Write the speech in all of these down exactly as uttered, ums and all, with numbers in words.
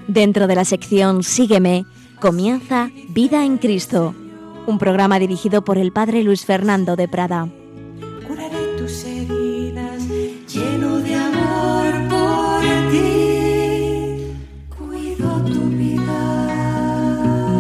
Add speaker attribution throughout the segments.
Speaker 1: Dentro de la sección Sígueme, comienza Vida en Cristo, un programa dirigido por el Padre Luis Fernando de Prada.
Speaker 2: Curaré tus heridas, lleno de amor por ti, cuido tu vida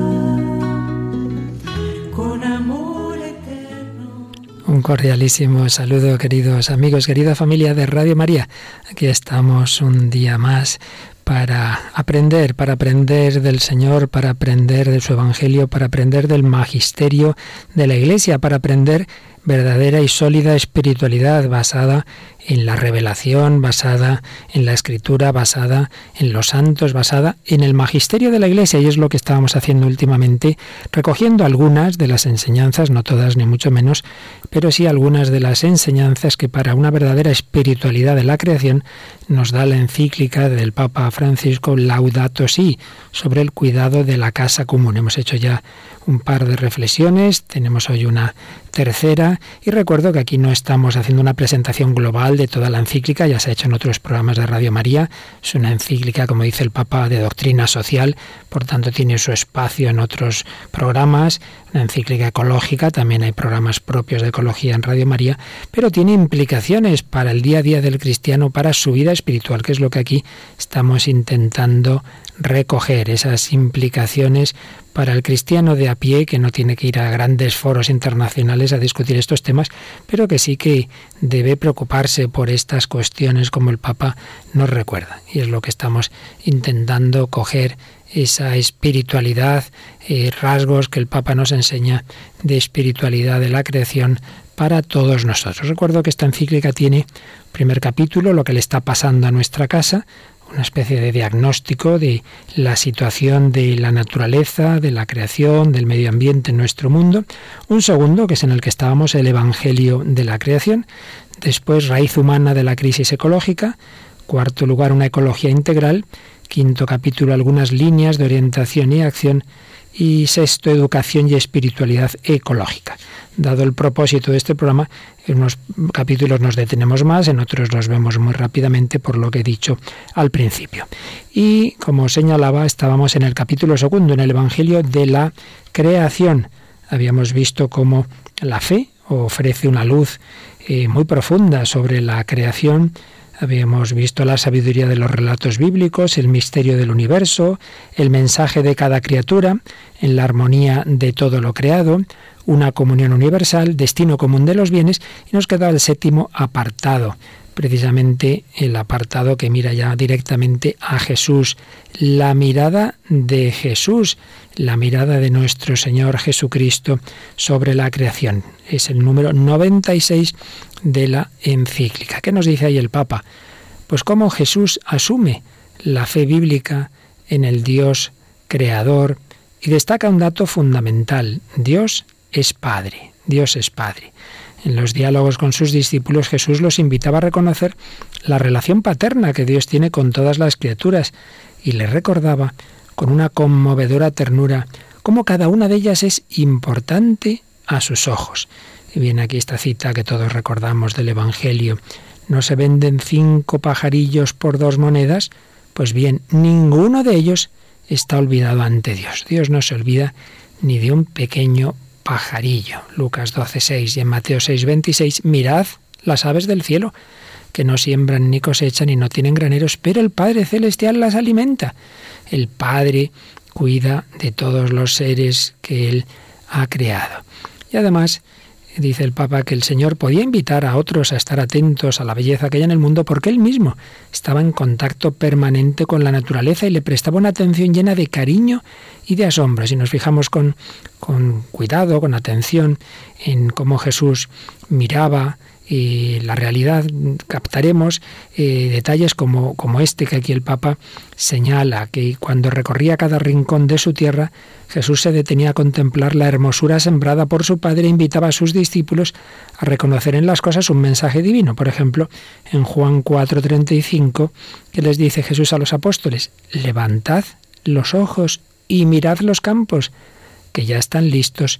Speaker 2: con amor eterno.
Speaker 3: Un cordialísimo saludo, queridos amigos, querida familia de Radio María. Aquí estamos un día más para aprender, para aprender del Señor, para aprender de su Evangelio, para aprender del magisterio de la Iglesia, para aprender verdadera y sólida espiritualidad basada en la revelación, basada en la Escritura, basada en los santos, basada en el magisterio de la Iglesia, y es lo que estábamos haciendo últimamente, recogiendo algunas de las enseñanzas, no todas ni mucho menos, pero sí algunas de las enseñanzas que para una verdadera espiritualidad de la creación nos da la encíclica del Papa Francisco Laudato Si, sobre el cuidado de la casa común. Hemos hecho ya un par de reflexiones, tenemos hoy una tercera, y recuerdo que aquí no estamos haciendo una presentación global de toda la encíclica, ya se ha hecho en otros programas de Radio María. Es una encíclica, como dice el Papa, de doctrina social, por tanto tiene su espacio en otros programas, una encíclica ecológica, también hay programas propios de ecología en Radio María, pero tiene implicaciones para el día a día del cristiano, para su vida espiritual, que es lo que aquí estamos intentando recoger, esas implicaciones para el cristiano de a pie, que no tiene que ir a grandes foros internacionales a discutir estos temas, pero que sí que debe preocuparse por estas cuestiones, como el Papa nos recuerda. Y es lo que estamos intentando coger, esa espiritualidad, eh, rasgos que el Papa nos enseña de espiritualidad de la creación para todos nosotros. Recuerdo que esta encíclica tiene, primer capítulo, lo que le está pasando a nuestra casa, una especie de diagnóstico de la situación de la naturaleza, de la creación, del medio ambiente en nuestro mundo. Un segundo, que es en el que estábamos, el Evangelio de la creación. Después, raíz humana de la crisis ecológica. Cuarto lugar, una ecología integral. Quinto capítulo, algunas líneas de orientación y acción. Y sexto, educación y espiritualidad ecológica. Dado el propósito de este programa, en unos capítulos nos detenemos más, en otros los vemos muy rápidamente, por lo que he dicho al principio. Y, como señalaba, estábamos en el capítulo segundo, en el Evangelio de la creación. Habíamos visto cómo la fe ofrece una luz eh, muy profunda sobre la creación. Habíamos visto la sabiduría de los relatos bíblicos, el misterio del universo, el mensaje de cada criatura, en la armonía de todo lo creado, una comunión universal, destino común de los bienes, y nos queda el séptimo apartado, precisamente el apartado que mira ya directamente a Jesús, la mirada de Jesús, la mirada de nuestro Señor Jesucristo sobre la creación. Es el número noventa y seis de la encíclica. ¿Qué nos dice ahí el Papa? Pues cómo Jesús asume la fe bíblica en el Dios creador, y destaca un dato fundamental: Dios es Padre, Dios es Padre. En los diálogos con sus discípulos, Jesús los invitaba a reconocer la relación paterna que Dios tiene con todas las criaturas, y les recordaba con una conmovedora ternura cómo cada una de ellas es importante a sus ojos. Y viene aquí esta cita que todos recordamos del Evangelio: ¿no se venden cinco pajarillos por dos monedas? Pues bien, ninguno de ellos está olvidado ante Dios. Dios no se olvida ni de un pequeño pajarillo. Lucas doce seis y en Mateo seis veintiséis, mirad las aves del cielo, que no siembran ni cosechan y no tienen graneros, pero el Padre Celestial las alimenta. El Padre cuida de todos los seres que Él ha creado. Y además, dice el Papa que el Señor podía invitar a otros a estar atentos a la belleza que hay en el mundo, porque Él mismo estaba en contacto permanente con la naturaleza y le prestaba una atención llena de cariño y de asombro. Si nos fijamos con, con cuidado, con atención, en cómo Jesús miraba y la realidad, captaremos eh, detalles como, como este que aquí el Papa señala, que cuando recorría cada rincón de su tierra, Jesús se detenía a contemplar la hermosura sembrada por su Padre e invitaba a sus discípulos a reconocer en las cosas un mensaje divino. Por ejemplo, en Juan cuatro treinta y cinco, que les dice Jesús a los apóstoles: levantad los ojos y mirad los campos, que ya están listos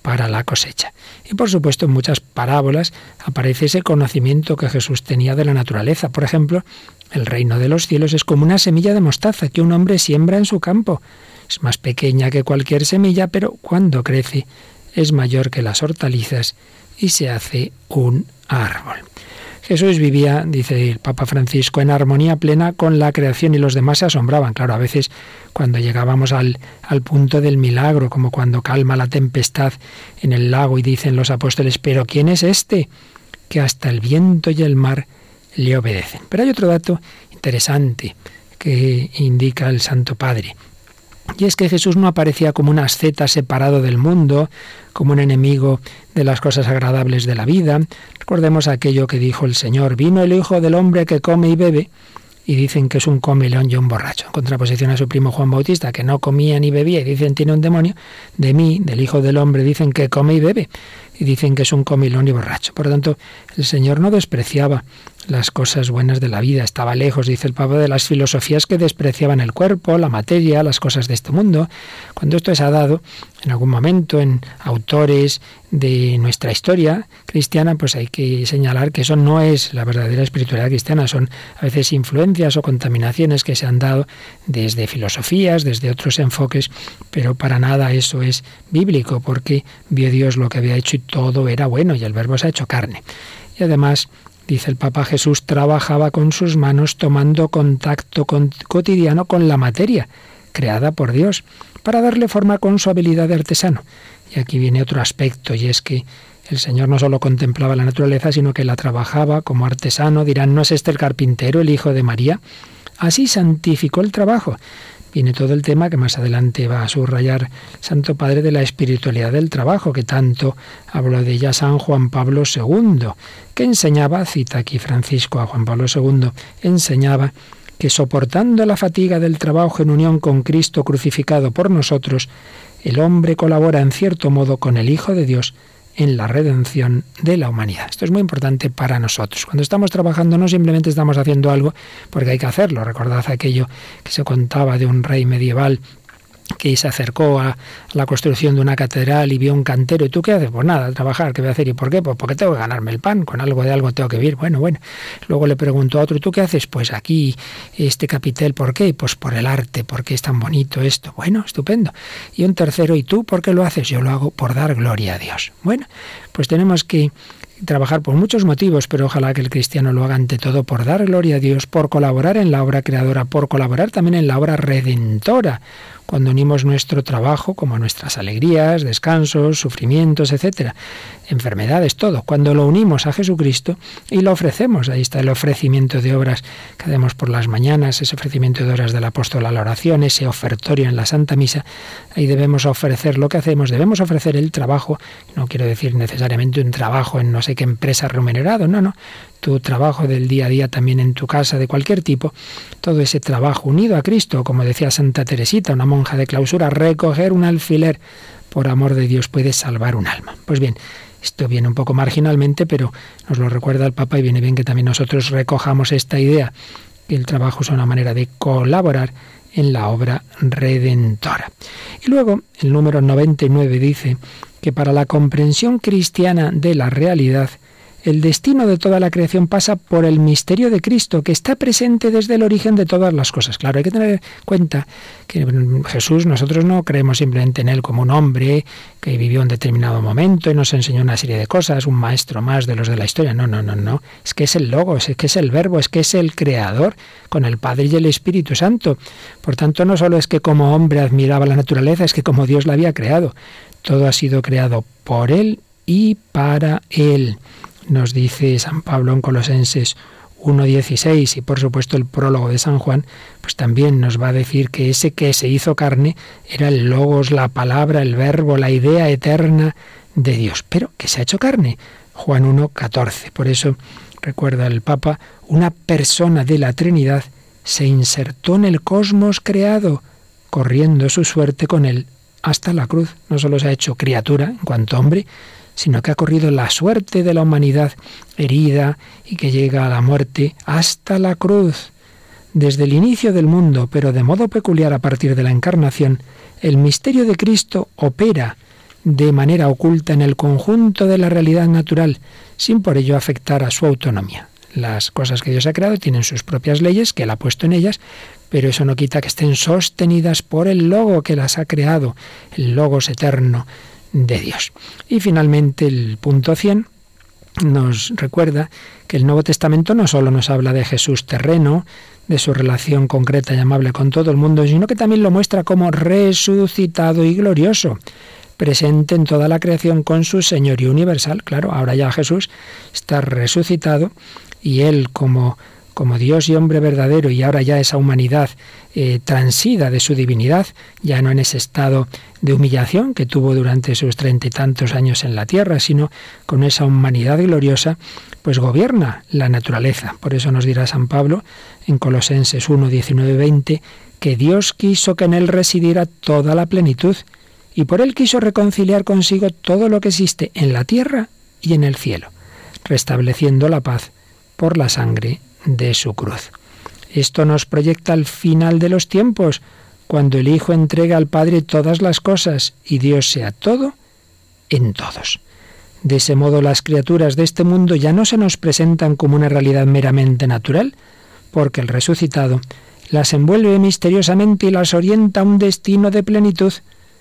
Speaker 3: para la cosecha. Y por supuesto en muchas parábolas aparece ese conocimiento que Jesús tenía de la naturaleza. Por ejemplo, el reino de los cielos es como una semilla de mostaza que un hombre siembra en su campo. Es más pequeña que cualquier semilla, pero cuando crece es mayor que las hortalizas y se hace un árbol. Jesús vivía, dice el Papa Francisco, en armonía plena con la creación y los demás se asombraban. Claro, a veces cuando llegábamos al, al punto del milagro, como cuando calma la tempestad en el lago y dicen los apóstoles, ¿pero quién es este? Que hasta el viento y el mar le obedecen. Pero hay otro dato interesante que indica el Santo Padre. Y es que Jesús no aparecía como un asceta separado del mundo, como un enemigo de las cosas agradables de la vida. Recordemos aquello que dijo el Señor, vino el Hijo del Hombre que come y bebe, y dicen que es un comilón y un borracho, en contraposición a su primo Juan Bautista, que no comía ni bebía, y dicen tiene un demonio. De mí, del Hijo del Hombre, dicen que come y bebe, y dicen que es un comilón y borracho. Por lo tanto, el Señor no despreciaba las cosas buenas de la vida, estaba lejos, dice el Papa, de las filosofías que despreciaban el cuerpo, la materia, las cosas de este mundo. Cuando esto se ha dado en algún momento en autores de nuestra historia cristiana, pues hay que señalar que eso no es la verdadera espiritualidad cristiana, son a veces influencias o contaminaciones que se han dado desde filosofías, desde otros enfoques, pero para nada eso es bíblico, porque vio Dios lo que había hecho y todo era bueno, y el Verbo se ha hecho carne. Y además, dice el Papa, Jesús trabajaba con sus manos tomando contacto con, cotidiano con la materia, creada por Dios, para darle forma con su habilidad de artesano. Y aquí viene otro aspecto, y es que el Señor no solo contemplaba la naturaleza, sino que la trabajaba como artesano. Dirán, ¿no es este el carpintero, el hijo de María? Así santificó el trabajo. Viene todo el tema que más adelante va a subrayar Santo Padre de la espiritualidad del trabajo, que tanto habló de ella San Juan Pablo segundo, que enseñaba, cita aquí Francisco a Juan Pablo segundo, enseñaba que soportando la fatiga del trabajo en unión con Cristo crucificado por nosotros, el hombre colabora en cierto modo con el Hijo de Dios en la redención de la humanidad. Esto es muy importante para nosotros. Cuando estamos trabajando no simplemente estamos haciendo algo porque hay que hacerlo. Recordad aquello que se contaba de un rey medieval que se acercó a la construcción de una catedral y vio un cantero. ¿Y tú qué haces? Pues nada, a trabajar. ¿Qué voy a hacer? ¿Y por qué? Pues porque tengo que ganarme el pan. Con algo de algo tengo que vivir. Bueno, bueno. Luego le preguntó a otro, ¿tú qué haces? Pues aquí, este capitel, ¿por qué? Pues por el arte, porque es tan bonito esto. Bueno, estupendo. Y un tercero, ¿y tú por qué lo haces? Yo lo hago por dar gloria a Dios. Bueno, pues tenemos que trabajar por muchos motivos, pero ojalá que el cristiano lo haga ante todo por dar gloria a Dios, por colaborar en la obra creadora, por colaborar también en la obra redentora, cuando unimos nuestro trabajo como nuestras alegrías, descansos, sufrimientos, etcétera, enfermedades, todo, cuando lo unimos a Jesucristo y lo ofrecemos. Ahí está el ofrecimiento de obras que hacemos por las mañanas, ese ofrecimiento de obras del apóstol a la oración, ese ofertorio en la Santa Misa. Ahí debemos ofrecer lo que hacemos, debemos ofrecer el trabajo, no quiero decir necesariamente un trabajo en no sé qué empresa remunerado, no, no, tu trabajo del día a día también en tu casa, de cualquier tipo, todo ese trabajo unido a Cristo, como decía Santa Teresita, una monja de clausura, recoger un alfiler por amor de Dios puede salvar un alma. Pues bien, esto viene un poco marginalmente, pero nos lo recuerda el Papa y viene bien que también nosotros recojamos esta idea, que el trabajo es una manera de colaborar en la obra redentora. Y luego, el número noventa y nueve dice que para la comprensión cristiana de la realidad, el destino de toda la creación pasa por el misterio de Cristo, que está presente desde el origen de todas las cosas. Claro, hay que tener en cuenta que Jesús, nosotros no creemos simplemente en Él como un hombre que vivió un determinado momento y nos enseñó una serie de cosas, un maestro más de los de la historia. No, no, no, no. Es que es el Logos, es que es el Verbo, es que es el Creador con el Padre y el Espíritu Santo. Por tanto, no solo es que como hombre admiraba la naturaleza, es que como Dios la había creado. Todo ha sido creado por Él y para Él. Nos dice San Pablo en Colosenses uno dieciséis, y por supuesto el prólogo de San Juan, pues también nos va a decir que ese que se hizo carne era el Logos, la palabra, el Verbo, la idea eterna de Dios, pero que se ha hecho carne. Juan uno catorce. Por eso, recuerda el Papa, una persona de la Trinidad se insertó en el cosmos creado, corriendo su suerte con él hasta la cruz. No solo se ha hecho criatura en cuanto hombre, sino que ha corrido la suerte de la humanidad herida y que llega a la muerte hasta la cruz. Desde el inicio del mundo, pero de modo peculiar a partir de la encarnación, el misterio de Cristo opera de manera oculta en el conjunto de la realidad natural, sin por ello afectar a su autonomía. Las cosas que Dios ha creado tienen sus propias leyes, que Él ha puesto en ellas, pero eso no quita que estén sostenidas por el Logo que las ha creado, el Logos eterno de Dios. Y finalmente el punto cien nos recuerda que el Nuevo Testamento no solo nos habla de Jesús terreno, de su relación concreta y amable con todo el mundo, sino que también lo muestra como resucitado y glorioso, presente en toda la creación con su señorío universal. Claro, ahora ya Jesús está resucitado y Él como, como Dios y hombre verdadero, y ahora ya esa humanidad eh, transida de su divinidad, ya no en ese estado de humillación que tuvo durante sus treinta y tantos años en la tierra, sino con esa humanidad gloriosa, pues gobierna la naturaleza. Por eso nos dirá San Pablo en Colosenses uno, diecinueve, veinte, que Dios quiso que en Él residiera toda la plenitud, y por Él quiso reconciliar consigo todo lo que existe en la tierra y en el cielo, restableciendo la paz por la sangre de su cruz. Esto nos proyecta al final de los tiempos, cuando el Hijo entrega al Padre todas las cosas y Dios sea todo en todos. De ese modo las criaturas de este mundo ya no se nos presentan como una realidad meramente natural, porque el resucitado las envuelve misteriosamente y las orienta a un destino de plenitud.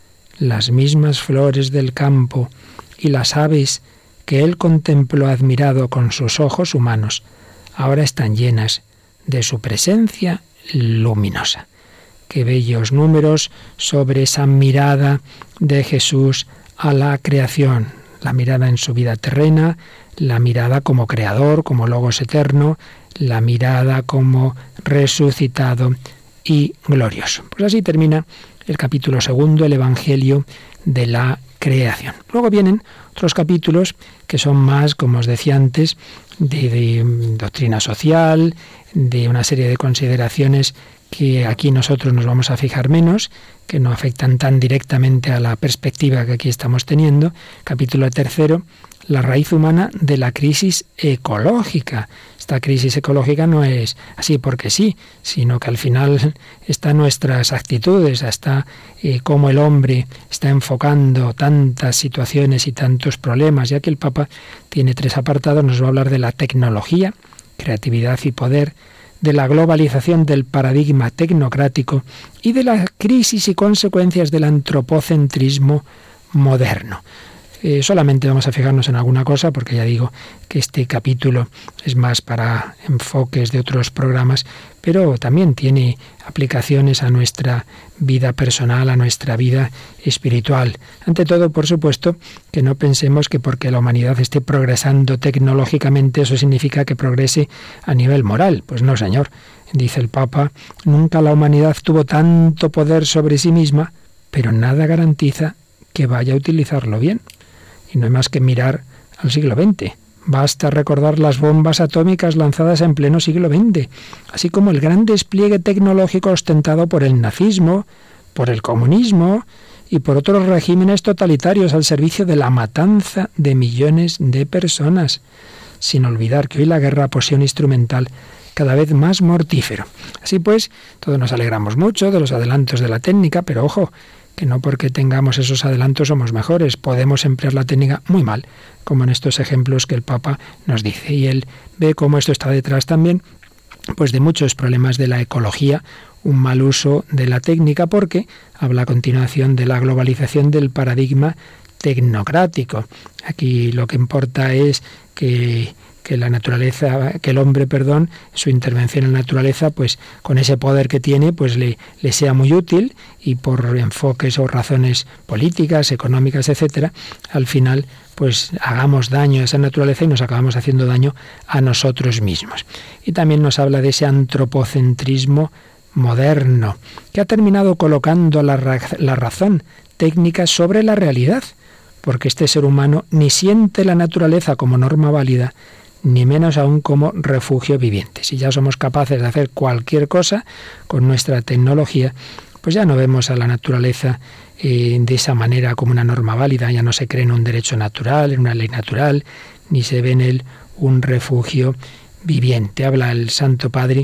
Speaker 3: Las mismas flores del campo y las aves que Él contempló admirado con sus ojos humanos, ahora están llenas de su presencia luminosa. Qué bellos números sobre esa mirada de Jesús a la creación, la mirada en su vida terrena, la mirada como creador, como Logos eterno, la mirada como resucitado y glorioso. Pues así termina el capítulo segundo, el Evangelio de la creación. Luego vienen otros capítulos que son más, como os decía antes, de, de doctrina social, de una serie de consideraciones que aquí nosotros nos vamos a fijar menos, que no afectan tan directamente a la perspectiva que aquí estamos teniendo. Capítulo tercero, la raíz humana de la crisis ecológica. Esta crisis ecológica no es así porque sí, sino que al final está en nuestras actitudes, hasta eh, cómo el hombre está enfocando tantas situaciones y tantos problemas. Ya que el Papa tiene tres apartados, nos va a hablar de la tecnología, creatividad y poder, de la globalización del paradigma tecnocrático y de la crisis y consecuencias del antropocentrismo moderno. Eh, solamente vamos a fijarnos en alguna cosa, porque ya digo que este capítulo es más para enfoques de otros programas, pero también tiene aplicaciones a nuestra vida personal, a nuestra vida espiritual. Ante todo, por supuesto, que no pensemos que porque la humanidad esté progresando tecnológicamente, eso significa que progrese a nivel moral. Pues no, señor. Dice el Papa, nunca la humanidad tuvo tanto poder sobre sí misma, pero nada garantiza que vaya a utilizarlo bien. Y no hay más que mirar al siglo veinte. Basta recordar las bombas atómicas lanzadas en pleno siglo veinte, así como el gran despliegue tecnológico ostentado por el nazismo, por el comunismo y por otros regímenes totalitarios al servicio de la matanza de millones de personas, sin olvidar que hoy la guerra posee un instrumental cada vez más mortífero. Así pues, todos nos alegramos mucho de los adelantos de la técnica, pero ojo, que no porque tengamos esos adelantos somos mejores. Podemos emplear la técnica muy mal, como en estos ejemplos que el Papa nos dice. Y él ve cómo esto está detrás también pues de muchos problemas de la ecología, un mal uso de la técnica, porque habla a continuación de la globalización del paradigma tecnocrático. Aquí lo que importa es que que la naturaleza, que el hombre, perdón, su intervención en la naturaleza, pues con ese poder que tiene, pues le, le sea muy útil, y por enfoques o razones políticas, económicas, etcétera, al final pues hagamos daño a esa naturaleza y nos acabamos haciendo daño a nosotros mismos. Y también nos habla de ese antropocentrismo moderno, que ha terminado colocando la, ra- la razón técnica sobre la realidad, porque este ser humano ni siente la naturaleza como norma válida, ni menos aún como refugio viviente. Si ya somos capaces de hacer cualquier cosa con nuestra tecnología, pues ya no vemos a la naturaleza eh, de esa manera como una norma válida, ya no se cree en un derecho natural, en una ley natural, ni se ve en él un refugio viviente. Habla el Santo Padre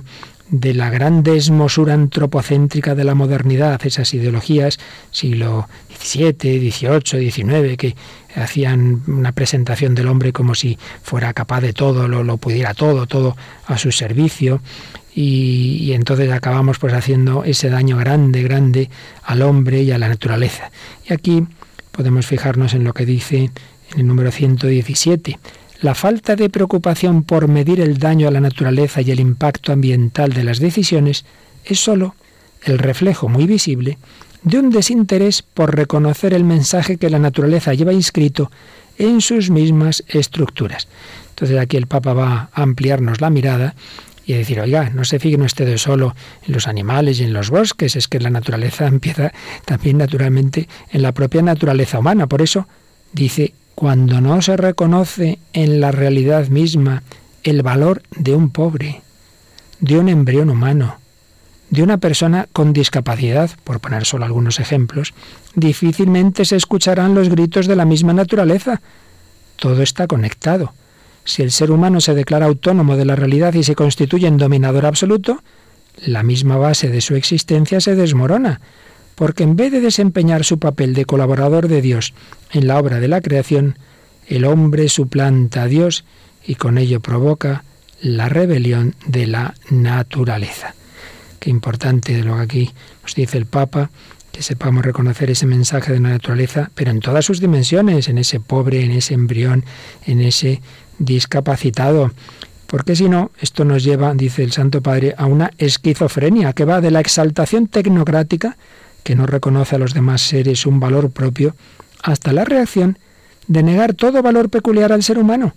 Speaker 3: de la gran desmosura antropocéntrica de la modernidad, esas ideologías siglo diecisiete, dieciocho, diecinueve, que hacían una presentación del hombre como si fuera capaz de todo, lo, lo pudiera todo, todo a su servicio, y, y entonces acabamos pues haciendo ese daño grande, grande al hombre y a la naturaleza. Y aquí podemos fijarnos en lo que dice en el número ciento diecisiete. La falta de preocupación por medir el daño a la naturaleza y el impacto ambiental de las decisiones es sólo el reflejo muy visible de un desinterés por reconocer el mensaje que la naturaleza lleva inscrito en sus mismas estructuras. Entonces aquí el Papa va a ampliarnos la mirada y a decir, oiga, no se fijen ustedes solo en los animales y en los bosques, es que la naturaleza empieza también naturalmente en la propia naturaleza humana. Por eso dice, cuando no se reconoce en la realidad misma el valor de un pobre, de un embrión humano, de una persona con discapacidad, por poner solo algunos ejemplos, difícilmente se escucharán los gritos de la misma naturaleza. Todo está conectado. Si el ser humano se declara autónomo de la realidad y se constituye en dominador absoluto, la misma base de su existencia se desmorona, porque en vez de desempeñar su papel de colaborador de Dios en la obra de la creación, el hombre suplanta a Dios y con ello provoca la rebelión de la naturaleza. Qué importante lo que aquí nos dice el Papa, que sepamos reconocer ese mensaje de la naturaleza, pero en todas sus dimensiones, en ese pobre, en ese embrión, en ese discapacitado. Porque si no, esto nos lleva, dice el Santo Padre, a una esquizofrenia que va de la exaltación tecnocrática, que no reconoce a los demás seres un valor propio, hasta la reacción de negar todo valor peculiar al ser humano.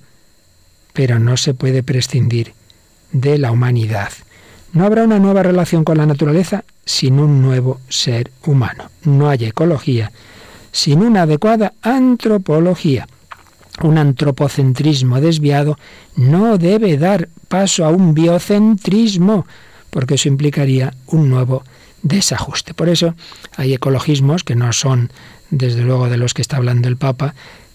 Speaker 3: Pero no se puede prescindir de la humanidad. No habrá una nueva relación con la naturaleza sin un nuevo ser humano. No hay ecología sin una adecuada antropología. Un antropocentrismo desviado no debe dar paso a un biocentrismo, porque eso implicaría un nuevo desajuste. Por eso hay ecologismos que no son, desde luego, de los que está hablando el Papa,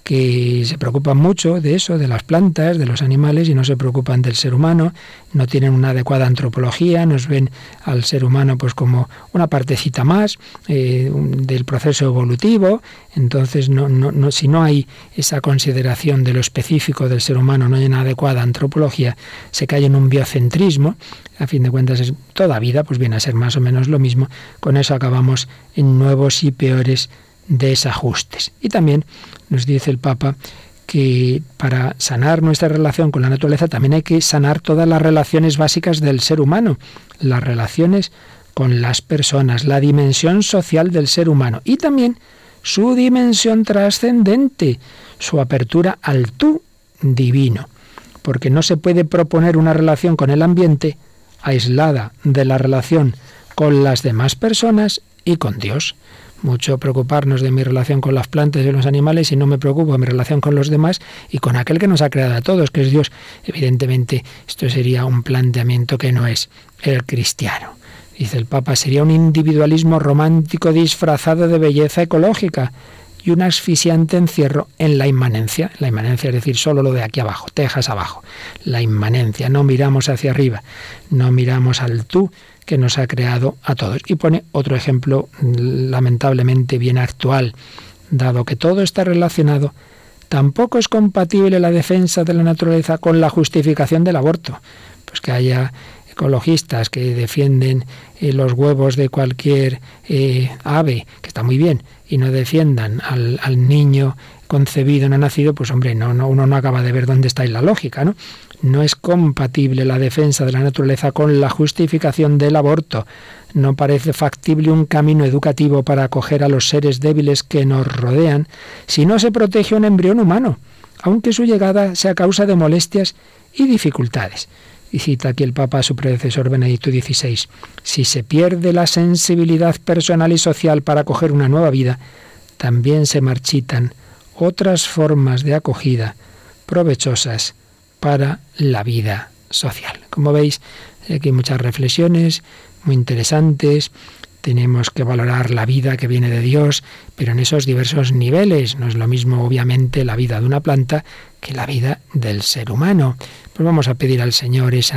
Speaker 3: que se preocupan mucho de eso, de las plantas, de los animales, y no se preocupan del ser humano, no tienen una adecuada antropología, nos ven al ser humano pues como una partecita más eh, del proceso evolutivo. Entonces, no, no, no, si no hay esa consideración de lo específico del ser humano, no hay una adecuada antropología, se cae en un biocentrismo. A fin de cuentas, es, toda vida pues viene a ser más o menos lo mismo. Con eso acabamos en nuevos y peores desajustes. Y también nos dice el Papa que para sanar nuestra relación con la naturaleza también hay que sanar todas las relaciones básicas del ser humano, las relaciones con las personas, la dimensión social del ser humano y también su dimensión trascendente, su apertura al tú divino, porque no se puede proponer una relación con el ambiente aislada de la relación con las demás personas y con Dios. Mucho preocuparnos de mi relación con las plantas y los animales y no me preocupo de mi relación con los demás y con aquel que nos ha creado a todos, que es Dios. Evidentemente, esto sería un planteamiento que no es el cristiano. Dice el Papa, sería un individualismo romántico disfrazado de belleza ecológica y un asfixiante encierro en la inmanencia. La inmanencia es decir, solo lo de aquí abajo, Texas abajo. La inmanencia, no miramos hacia arriba, no miramos al tú que nos ha creado a todos. Y pone otro ejemplo lamentablemente bien actual. Dado que todo está relacionado, tampoco es compatible la defensa de la naturaleza con la justificación del aborto. Pues que haya ecologistas que defienden eh, los huevos de cualquier eh, ave, que está muy bien, y no defiendan al, al niño concebido, no nacido, pues hombre, no, no, uno no acaba de ver dónde está ahí la lógica, ¿no? No es compatible la defensa de la naturaleza con la justificación del aborto. No parece factible un camino educativo para acoger a los seres débiles que nos rodean si no se protege un embrión humano, aunque su llegada sea causa de molestias y dificultades. Y cita aquí el Papa a su predecesor Benedicto dieciséis. Si se pierde la sensibilidad personal y social para acoger una nueva vida, también se marchitan otras formas de acogida provechosas para la vida social. Como veis, aquí hay muchas reflexiones muy interesantes. Tenemos que valorar la vida que viene de Dios, pero en esos diversos niveles. No es lo mismo, obviamente, la vida de una planta que la vida del ser humano. Pues vamos a pedir al Señor esa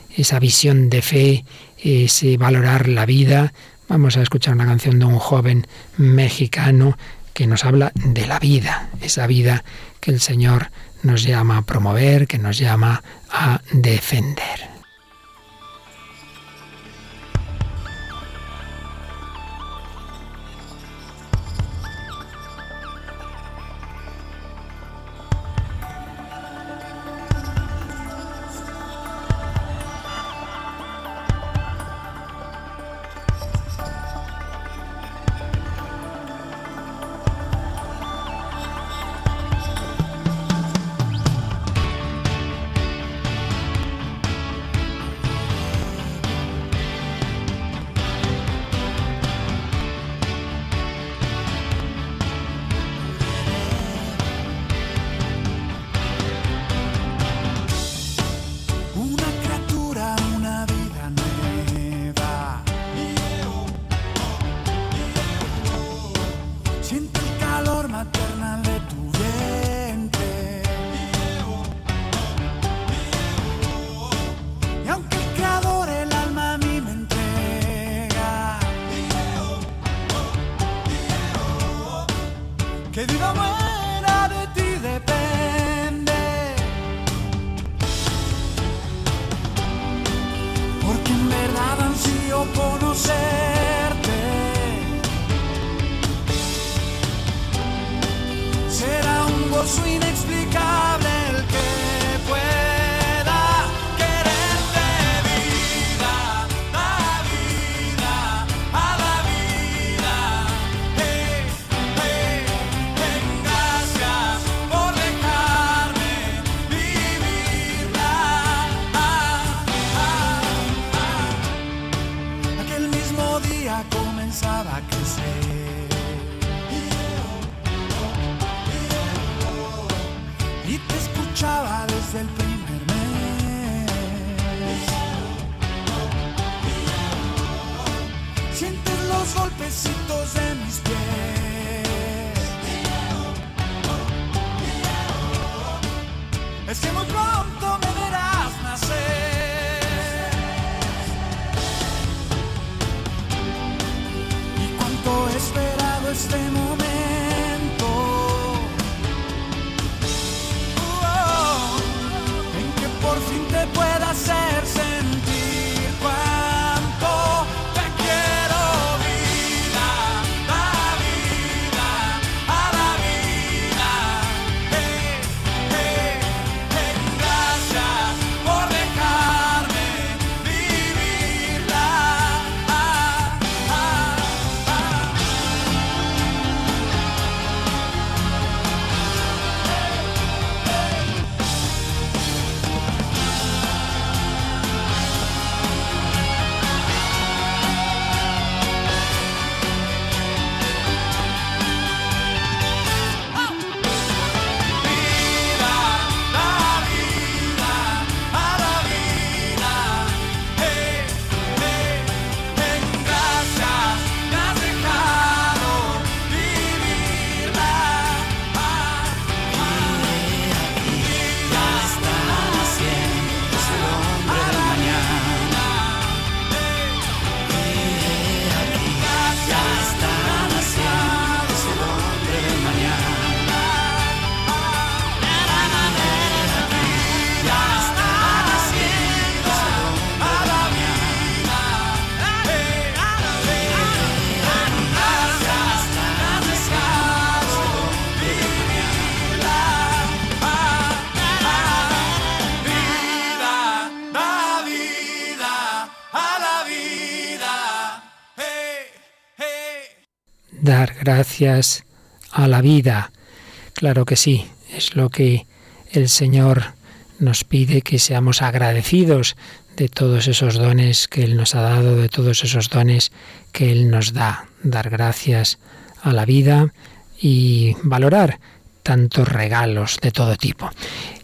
Speaker 3: esa visión de fe, ese valorar la vida. Vamos a escuchar una canción de un joven mexicano que nos habla de la vida, esa vida que el Señor nos llama a promover, que nos llama a defender. Dar gracias a la vida. Claro que sí, es lo que el Señor nos pide, que seamos agradecidos de todos esos dones que Él nos ha dado, de todos esos dones que Él nos da. Dar gracias a la vida y valorar tantos regalos de todo tipo.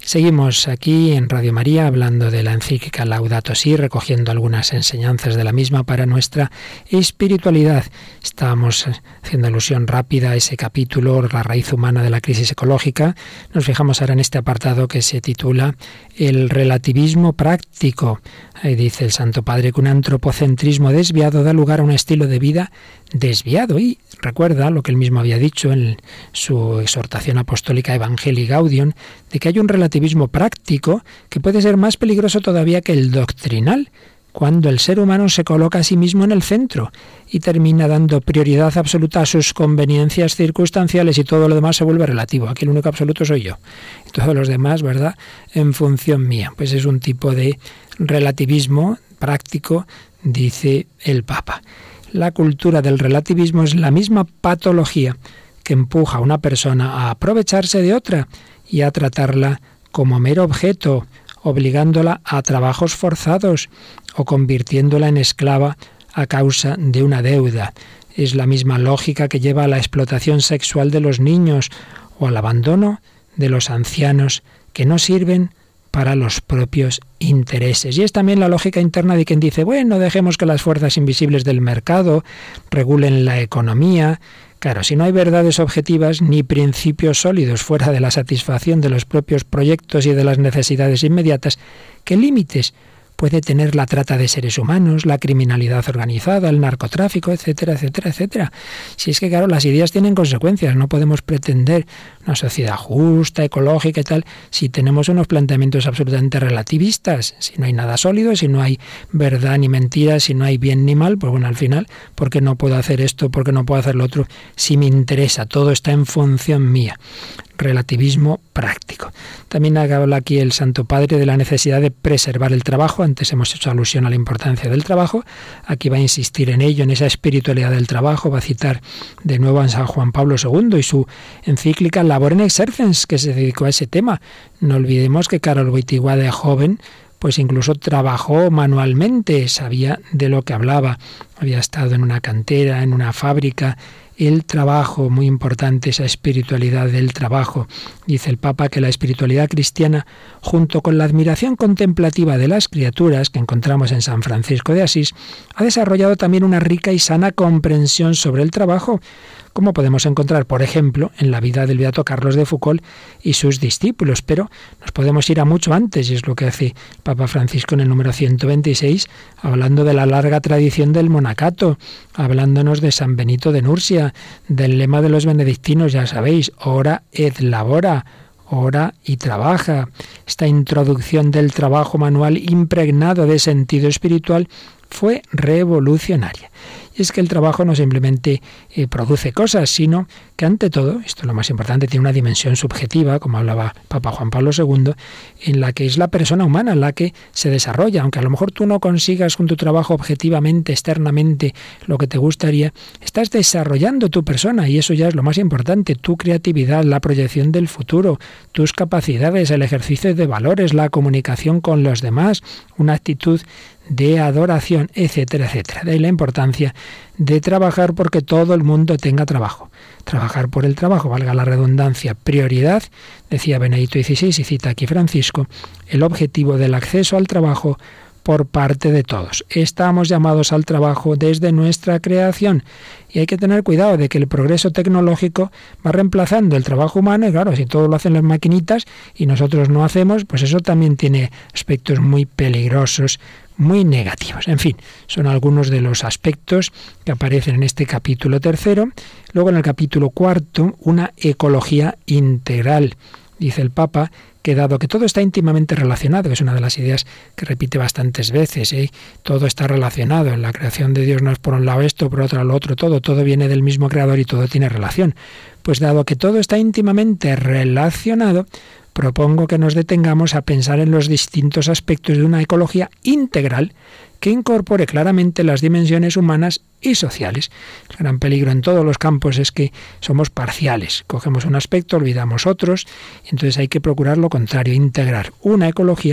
Speaker 3: Seguimos aquí en Radio María hablando de la encíclica Laudato Si, recogiendo algunas enseñanzas de la misma para nuestra espiritualidad. Estábamos haciendo alusión rápida a ese capítulo, la raíz humana de la crisis ecológica. Nos fijamos ahora en este apartado que se titula El relativismo práctico. Ahí dice el Santo Padre que un antropocentrismo desviado da lugar a un estilo de vida desviado. Y recuerda lo que él mismo había dicho en su exhortación apostólica Evangelii Gaudium, de que hay un relativismo práctico que puede ser más peligroso todavía que el doctrinal, cuando el ser humano se coloca a sí mismo en el centro y termina dando prioridad absoluta a sus conveniencias circunstanciales y todo lo demás se vuelve relativo. Aquí el único absoluto soy yo. Y todos los demás, ¿verdad?, en función mía. Pues es un tipo de relativismo práctico, dice el Papa. La cultura del relativismo es la misma patología que empuja a una persona a aprovecharse de otra y a tratarla como mero objeto, obligándola a trabajos forzados o convirtiéndola en esclava a causa de una deuda. Es la misma lógica que lleva a la explotación sexual de los niños o al abandono de los ancianos que no sirven para los propios intereses. Y es también la lógica interna de quien dice, bueno, dejemos que las fuerzas invisibles del mercado regulen la economía. Claro, si no hay verdades objetivas ni principios sólidos fuera de la satisfacción de los propios proyectos y de las necesidades inmediatas, ¿qué límites puede tener la trata de seres humanos, la criminalidad organizada, el narcotráfico, etcétera, etcétera, etcétera? Si es que, claro, las ideas tienen consecuencias. No podemos pretender una sociedad justa, ecológica y tal, si tenemos unos planteamientos absolutamente relativistas. Si no hay nada sólido, si no hay verdad ni mentira, si no hay bien ni mal, pues bueno, al final, ¿por qué no puedo hacer esto? ¿Por qué no puedo hacer lo otro? Si me interesa, todo está en función mía. Relativismo práctico. También habla aquí el Santo Padre de la necesidad de preservar el trabajo. Antes hemos hecho alusión a la importancia del trabajo. Aquí va a insistir en ello, en esa espiritualidad del trabajo. Va a citar de nuevo a San Juan Pablo segundo y su encíclica Labor in Exercens, que se dedicó a ese tema. No olvidemos que Karol Wojtyła, de joven, pues incluso trabajó manualmente, sabía de lo que hablaba. Había estado en una cantera, en una fábrica. El trabajo, muy importante, esa espiritualidad del trabajo. Dice el Papa que la espiritualidad cristiana, junto con la admiración contemplativa de las criaturas que encontramos en San Francisco de Asís, ha desarrollado también una rica y sana comprensión sobre el trabajo, como podemos encontrar, por ejemplo, en la vida del beato Carlos de Foucauld y sus discípulos. Pero nos podemos ir a mucho antes, y es lo que hace Papa Francisco en el número ciento veintiséis, hablando de la larga tradición del monacato, hablándonos de San Benito de Nursia, del lema de los benedictinos, ya sabéis, ora et labora, ora y trabaja. Esta introducción del trabajo manual impregnado de sentido espiritual fue revolucionaria. Y es que el trabajo no simplemente eh, produce cosas, sino que ante todo, esto es lo más importante, tiene una dimensión subjetiva, como hablaba Papa Juan Pablo segundo, en la que es la persona humana la que se desarrolla. Aunque a lo mejor tú no consigas con tu trabajo objetivamente, externamente, lo que te gustaría, estás desarrollando tu persona y eso ya es lo más importante, tu creatividad, la proyección del futuro, tus capacidades, el ejercicio de valores, la comunicación con los demás, una actitud de adoración, etcétera, etcétera. De ahí la importancia de trabajar porque todo el mundo tenga trabajo. Trabajar por el trabajo, valga la redundancia, prioridad, decía Benedicto dieciséis, y cita aquí Francisco, el objetivo del acceso al trabajo por parte de todos. Estamos llamados al trabajo desde nuestra creación y hay que tener cuidado de que el progreso tecnológico va reemplazando el trabajo humano y claro, si todo lo hacen las maquinitas y nosotros no hacemos, pues eso también tiene aspectos muy peligrosos, muy negativos. En fin, son algunos de los aspectos que aparecen en este capítulo tercero. Luego en el capítulo cuarto, una ecología integral. Dice el Papa que dado que todo está íntimamente relacionado, que es una de las ideas que repite bastantes veces, ¿eh? Todo está relacionado, en la creación de Dios no es por un lado esto, por otro lo otro, todo, todo viene del mismo creador y todo tiene relación. Pues dado que todo está íntimamente relacionado, propongo que nos detengamos a pensar en los distintos aspectos de una ecología integral que incorpore claramente las dimensiones humanas y sociales. El gran peligro en todos los campos es que somos parciales. Cogemos un aspecto, olvidamos otros, y entonces hay que procurar lo contrario, integrar una ecología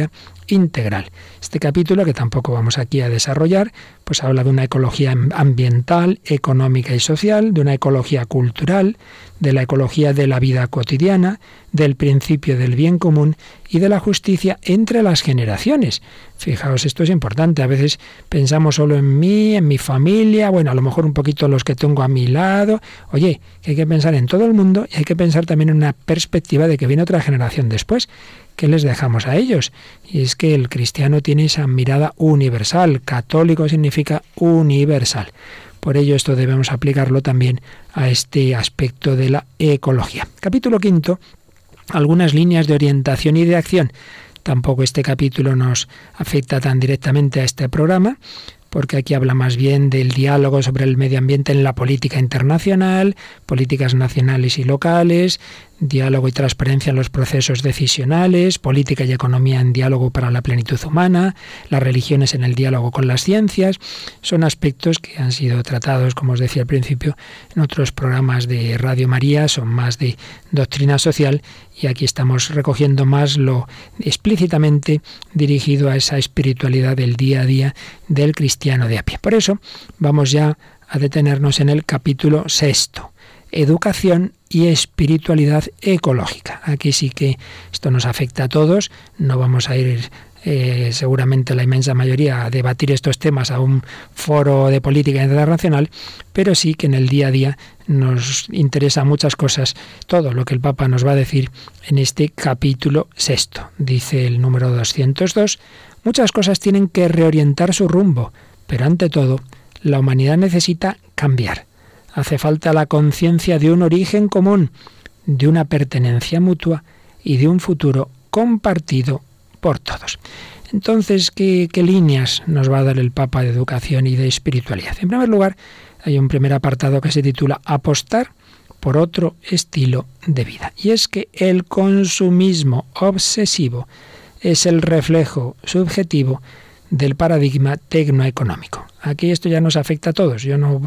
Speaker 3: integral. Este capítulo, que tampoco vamos aquí a desarrollar, pues habla de una ecología ambiental, económica y social, de una ecología cultural, de la ecología de la vida cotidiana, del principio del bien común y de la justicia entre las generaciones. Fijaos, esto es importante. A veces pensamos solo en mí, en mi familia, bueno, a lo mejor un poquito los que tengo a mi lado. Oye, que hay que pensar en todo el mundo y hay que pensar también en una perspectiva de que viene otra generación después. ¿Qué les dejamos a ellos? Y es que el cristiano tiene esa mirada universal. Católico significa universal. Por ello esto debemos aplicarlo también a este aspecto de la ecología. Capítulo quinto, algunas líneas de orientación y de acción. Tampoco este capítulo nos afecta tan directamente a este programa, porque aquí habla más bien del diálogo sobre el medio ambiente en la política internacional, políticas nacionales y locales, diálogo y transparencia en los procesos decisionales, política y economía en diálogo para la plenitud humana, las religiones en el diálogo con las ciencias. Son aspectos que han sido tratados, como os decía al principio, en otros programas de Radio María, son más de doctrina social, y aquí estamos recogiendo más lo explícitamente dirigido a esa espiritualidad del día a día del cristiano de a pie. Por eso vamos ya a detenernos en el capítulo sexto. Educación y espiritualidad ecológica. Aquí sí que esto nos afecta a todos. No vamos a ir eh, seguramente la inmensa mayoría a debatir estos temas a un foro de política internacional, pero sí que en el día a día nos interesa muchas cosas, todo lo que el Papa nos va a decir en este capítulo sexto. Dice el número doscientos dos, muchas cosas tienen que reorientar su rumbo, pero ante todo, la humanidad necesita cambiar. Hace falta la conciencia de un origen común, de una pertenencia mutua y de un futuro compartido por todos. Entonces, ¿qué, qué líneas nos va a dar el Papa de educación y de espiritualidad? En primer lugar, hay un primer apartado que se titula Apostar por otro estilo de vida. Y es que el consumismo obsesivo es el reflejo subjetivo del paradigma tecnoeconómico. Aquí esto ya nos afecta a todos. Yo no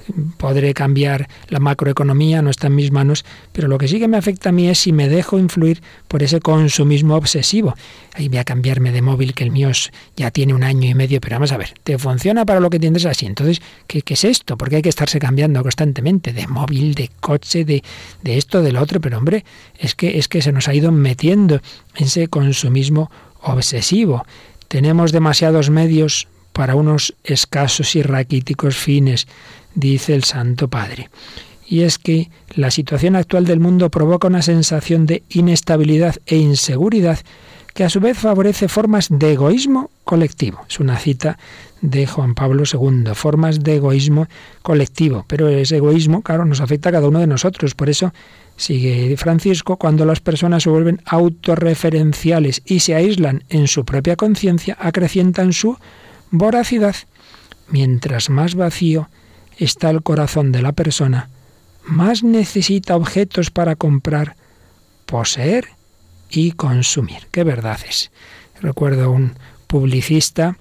Speaker 3: podré cambiar la macroeconomía, no está en mis manos, pero lo que sí que me afecta a mí es si me dejo influir por ese consumismo obsesivo. Ahí voy a cambiarme de móvil, que el mío ya tiene un año y medio, pero vamos a ver, ¿te funciona para lo que tienes así? Entonces, ¿qué, qué es esto? Porque hay que estarse cambiando constantemente de móvil, de coche, de, de esto, de lo otro, pero hombre, es que, es que se nos ha ido metiendo en ese consumismo obsesivo. Tenemos demasiados medios para unos escasos y raquíticos fines, dice el Santo Padre. Y es que la situación actual del mundo provoca una sensación de inestabilidad e inseguridad que a su vez favorece formas de egoísmo colectivo. Es una cita de Juan Pablo segundo, formas de egoísmo colectivo. Pero ese egoísmo, claro, nos afecta a cada uno de nosotros. Por eso, sigue Francisco, cuando las personas se vuelven autorreferenciales y se aíslan en su propia conciencia, acrecientan su voracidad. Mientras más vacío está el corazón de la persona, más necesita objetos para comprar, poseer y consumir. ¿Qué verdad es? Recuerdo un publicista,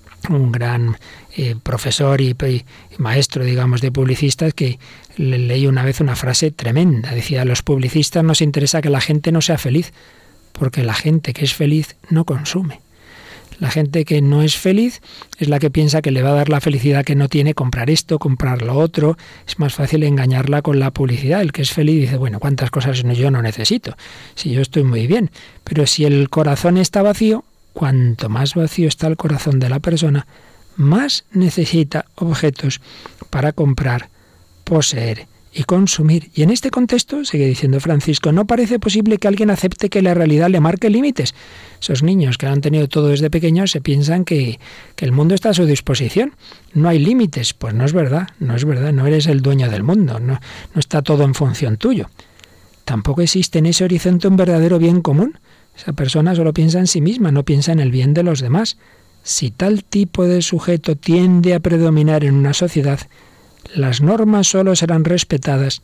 Speaker 3: un gran eh, profesor y, y maestro, digamos, de publicistas, que le leí una vez una frase tremenda. Decía, a los publicistas nos interesa que la gente no sea feliz, porque la gente que es feliz no consume. La gente que no es feliz es la que piensa que le va a dar la felicidad que no tiene comprar esto, comprar lo otro. Es más fácil engañarla con la publicidad. El que es feliz dice, bueno, ¿cuántas cosas yo no necesito? Si yo estoy muy bien. Pero si el corazón está vacío, cuanto más vacío está el corazón de la persona, más necesita objetos para comprar, poseer y consumir. Y en este contexto, sigue diciendo Francisco, no parece posible que alguien acepte que la realidad le marque límites. Esos niños que han tenido todo desde pequeños se piensan que, que el mundo está a su disposición. No hay límites. Pues no es verdad, no es verdad, no eres el dueño del mundo, no, no está todo en función tuyo. Tampoco existe en ese horizonte un verdadero bien común. Esa persona solo piensa en sí misma, no piensa en el bien de los demás. Si tal tipo de sujeto tiende a predominar en una sociedad, las normas solo serán respetadas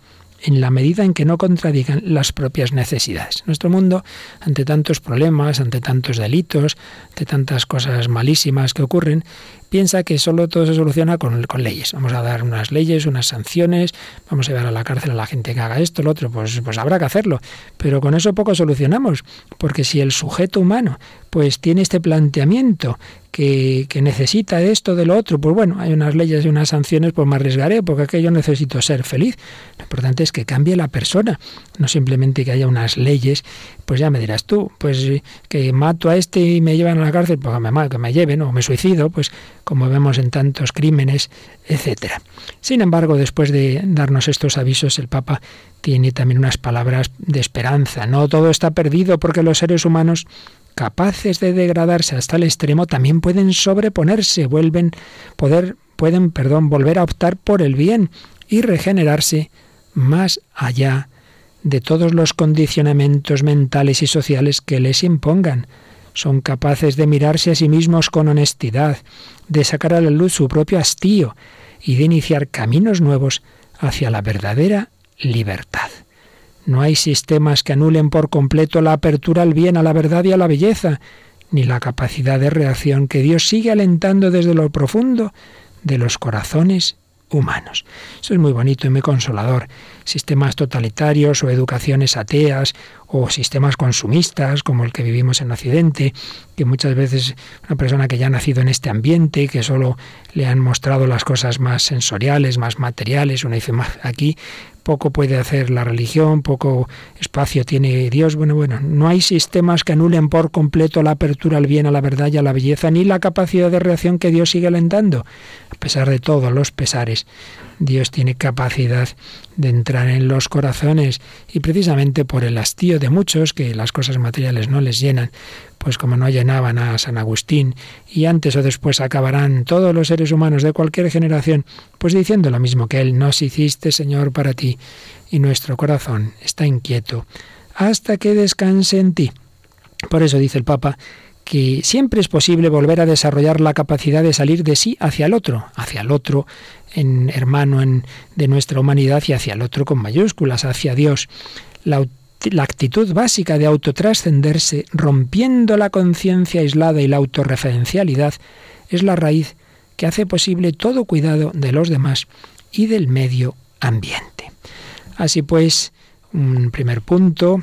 Speaker 3: en la medida en que no contradigan las propias necesidades. Nuestro mundo, ante tantos problemas, ante tantos delitos, ante tantas cosas malísimas que ocurren, piensa que solo todo se soluciona con, con leyes. Vamos a dar unas leyes, unas sanciones, vamos a llevar a la cárcel a la gente que haga esto, lo otro, pues, pues habrá que hacerlo. Pero con eso poco solucionamos, porque si el sujeto humano pues tiene este planteamiento que, que necesita de esto, de lo otro, pues bueno, hay unas leyes y unas sanciones, pues me arriesgaré, porque es que yo necesito ser feliz. Lo importante es que cambie la persona, no simplemente que haya unas leyes, pues ya me dirás tú, pues que mato a este y me llevan a la cárcel, pues que me, que me lleven, o me suicido, pues como vemos en tantos crímenes, etcétera. Sin embargo, después de darnos estos avisos, el Papa tiene también unas palabras de esperanza. No todo está perdido, porque los seres humanos, capaces de degradarse hasta el extremo, también pueden sobreponerse, vuelven, poder, pueden, perdón, volver a optar por el bien y regenerarse más allá de todos los condicionamientos mentales y sociales que les impongan. Son capaces de mirarse a sí mismos con honestidad, de sacar a la luz su propio hastío y de iniciar caminos nuevos hacia la verdadera libertad. No hay sistemas que anulen por completo la apertura al bien, a la verdad y a la belleza, ni la capacidad de reacción que Dios sigue alentando desde lo profundo de los corazones humanos. Eso es muy bonito y muy consolador. Sistemas totalitarios o educaciones ateas o sistemas consumistas como el que vivimos en Occidente, que muchas veces una persona que ya ha nacido en este ambiente, que solo le han mostrado las cosas más sensoriales, más materiales, uno dice, aquí poco puede hacer la religión, poco espacio tiene Dios. Bueno, bueno, no hay sistemas que anulen por completo la apertura al bien, a la verdad y a la belleza, ni la capacidad de reacción que Dios sigue alentando. A pesar de todos los pesares, Dios tiene capacidad de entrar en los corazones, y precisamente por el hastío de muchos, que las cosas materiales no les llenan, pues como no llenaban a San Agustín, y antes o después acabarán todos los seres humanos de cualquier generación, pues diciendo lo mismo que Él: nos hiciste, Señor, para ti, y nuestro corazón está inquieto hasta que descanse en ti. Por eso dice el Papa que siempre es posible volver a desarrollar la capacidad de salir de sí hacia el otro, hacia el otro en hermano en, de nuestra humanidad, y hacia el otro con mayúsculas, hacia Dios. La, la actitud básica de autotrascenderse, rompiendo la conciencia aislada y la autorreferencialidad, es la raíz que hace posible todo cuidado de los demás y del medio ambiente. Así pues, un primer punto,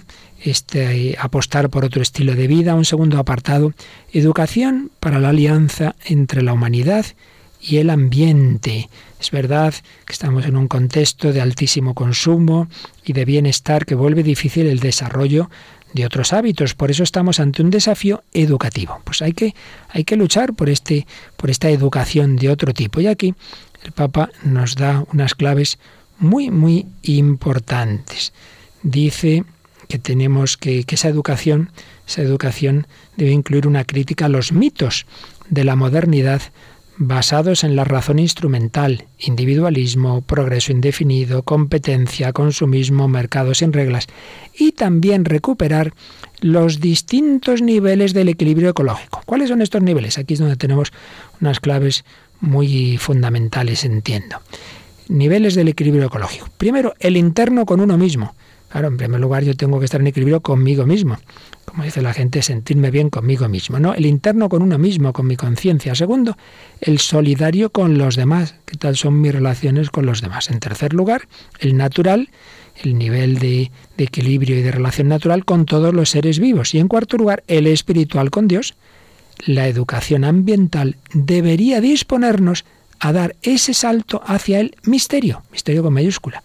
Speaker 3: este, apostar por otro estilo de vida. Un segundo apartado, educación para la alianza entre la humanidad y el ambiente. Es verdad que estamos en un contexto de altísimo consumo y de bienestar que vuelve difícil el desarrollo de otros hábitos. Por eso estamos ante un desafío educativo. Pues hay que, hay que luchar por, este, por esta educación de otro tipo. Y aquí el Papa nos da unas claves muy, muy importantes. Dice que tenemos que, que esa educación, esa educación debe incluir una crítica a los mitos de la modernidad basados en la razón instrumental, individualismo, progreso indefinido, competencia, consumismo, mercado sin reglas, y también recuperar los distintos niveles del equilibrio ecológico. ¿Cuáles son estos niveles? Aquí es donde tenemos unas claves muy fundamentales, entiendo. Niveles del equilibrio ecológico. Primero, el interno con uno mismo. Claro, en primer lugar yo tengo que estar en equilibrio conmigo mismo. Como dice la gente, sentirme bien conmigo mismo, ¿no? El interno con uno mismo, con mi conciencia. Segundo, el solidario con los demás. ¿Qué tal son mis relaciones con los demás? En tercer lugar, el natural, el nivel de, de equilibrio y de relación natural con todos los seres vivos. Y en cuarto lugar, el espiritual con Dios. La educación ambiental debería disponernos a dar ese salto hacia el misterio, misterio con mayúscula,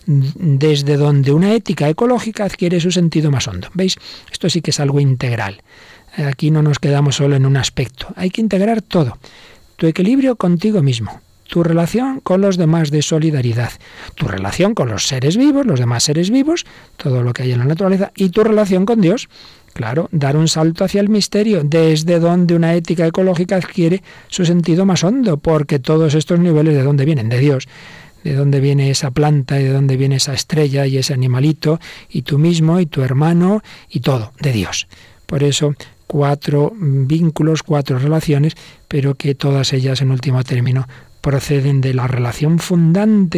Speaker 3: desde donde una ética ecológica adquiere su sentido más hondo. ¿Veis? Esto sí que es algo integral. Aquí no nos quedamos solo en un aspecto, hay que integrar todo. Tu equilibrio contigo mismo, tu relación con los demás de solidaridad, tu relación con los seres vivos, los demás seres vivos, todo lo que hay en la naturaleza, y tu relación con Dios. Claro, dar un salto hacia el misterio, desde donde una ética ecológica adquiere su sentido más hondo, porque todos estos niveles, ¿de dónde vienen? De Dios. De dónde viene esa planta, y de dónde viene esa estrella y ese animalito, y tú mismo, y tu hermano, y todo, de Dios. Por eso, cuatro vínculos, cuatro relaciones, pero que todas ellas, en último término, proceden de la relación fundante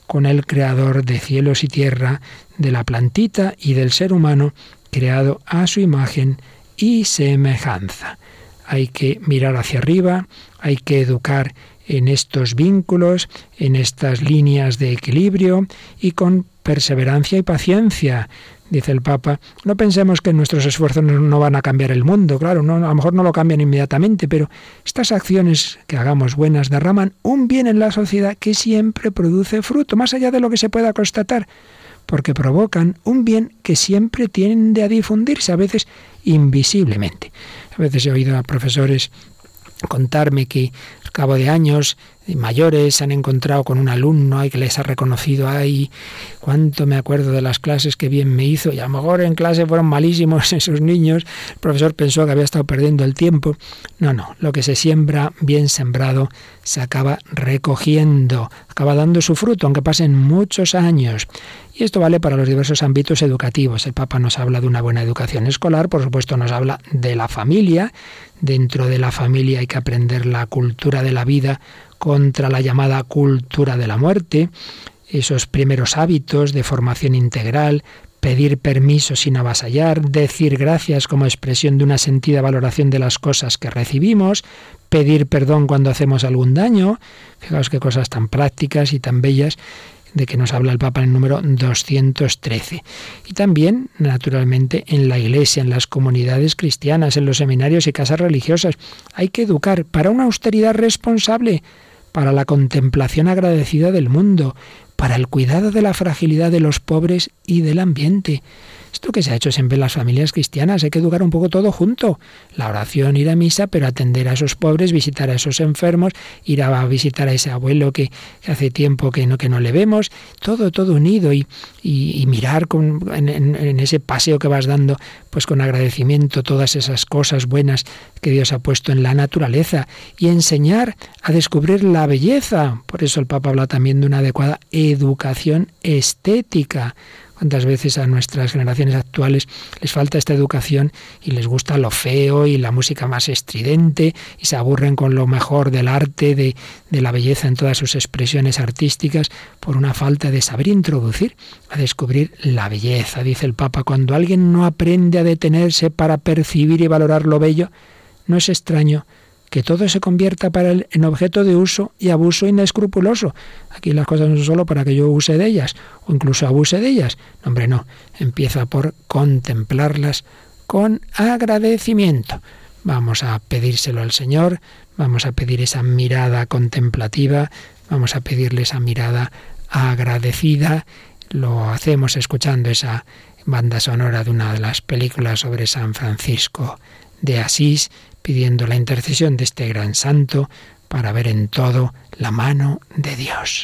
Speaker 3: con el Creador de cielos y tierra, de la plantita y del ser humano, creado a su imagen y semejanza. Hay que mirar hacia arriba, hay que educar en estos vínculos, en estas líneas de equilibrio y con perseverancia y paciencia. Dice el Papa, no pensemos que nuestros esfuerzos no van a cambiar el mundo, claro, no, a lo mejor no lo cambian inmediatamente, pero estas acciones que hagamos buenas derraman un bien en la sociedad que siempre produce fruto, más allá de lo que se pueda constatar, porque provocan un bien que siempre tiende a difundirse, a veces invisiblemente. A veces he oído a profesores contarme que al cabo de años mayores se han encontrado con un alumno y que les ha reconocido, ay, cuánto me acuerdo de las clases, que bien me hizo, y a lo mejor en clase fueron malísimos esos niños, el profesor pensó que había estado perdiendo el tiempo. No, no, lo que se siembra bien sembrado se acaba recogiendo, acaba dando su fruto, aunque pasen muchos años. Y esto vale para los diversos ámbitos educativos. El Papa nos habla de una buena educación escolar, por supuesto nos habla de la familia. Dentro de la familia hay que aprender la cultura de la vida contra la llamada cultura de la muerte, esos primeros hábitos de formación integral, pedir permiso sin avasallar, decir gracias como expresión de una sentida valoración de las cosas que recibimos, pedir perdón cuando hacemos algún daño. Fijaos qué cosas tan prácticas y tan bellas de que nos habla el Papa en el número doscientos trece. Y también, naturalmente, en la Iglesia, en las comunidades cristianas, en los seminarios y casas religiosas, hay que educar para una austeridad responsable, para la contemplación agradecida del mundo, para el cuidado de la fragilidad de los pobres y del ambiente. Esto que se ha hecho siempre en las familias cristianas, hay que educar un poco todo junto. La oración, ir a misa, pero atender a esos pobres, visitar a esos enfermos, ir a visitar a ese abuelo que, que hace tiempo que no, que no le vemos, todo, todo unido y, y, y mirar con, en, en, en ese paseo que vas dando, pues con agradecimiento todas esas cosas buenas que Dios ha puesto en la naturaleza y enseñar a descubrir la belleza. Por eso el Papa habla también de una adecuada educación estética. ¿Cuántas veces a nuestras generaciones actuales les falta esta educación y les gusta lo feo y la música más estridente y se aburren con lo mejor del arte, de, de la belleza en todas sus expresiones artísticas, por una falta de saber introducir, a descubrir la belleza? Dice el Papa, cuando alguien no aprende a detenerse para percibir y valorar lo bello, no es extraño que todo se convierta para él en objeto de uso y abuso inescrupuloso. Aquí las cosas no son solo para que yo use de ellas o incluso abuse de ellas. No, hombre, no. Empieza por contemplarlas con agradecimiento. Vamos a pedírselo al Señor, vamos a pedir esa mirada contemplativa, vamos a pedirle esa mirada agradecida. Lo hacemos escuchando esa banda sonora de una de las películas sobre San Francisco de Asís, pidiendo la intercesión de este gran santo para ver en todo la mano de Dios.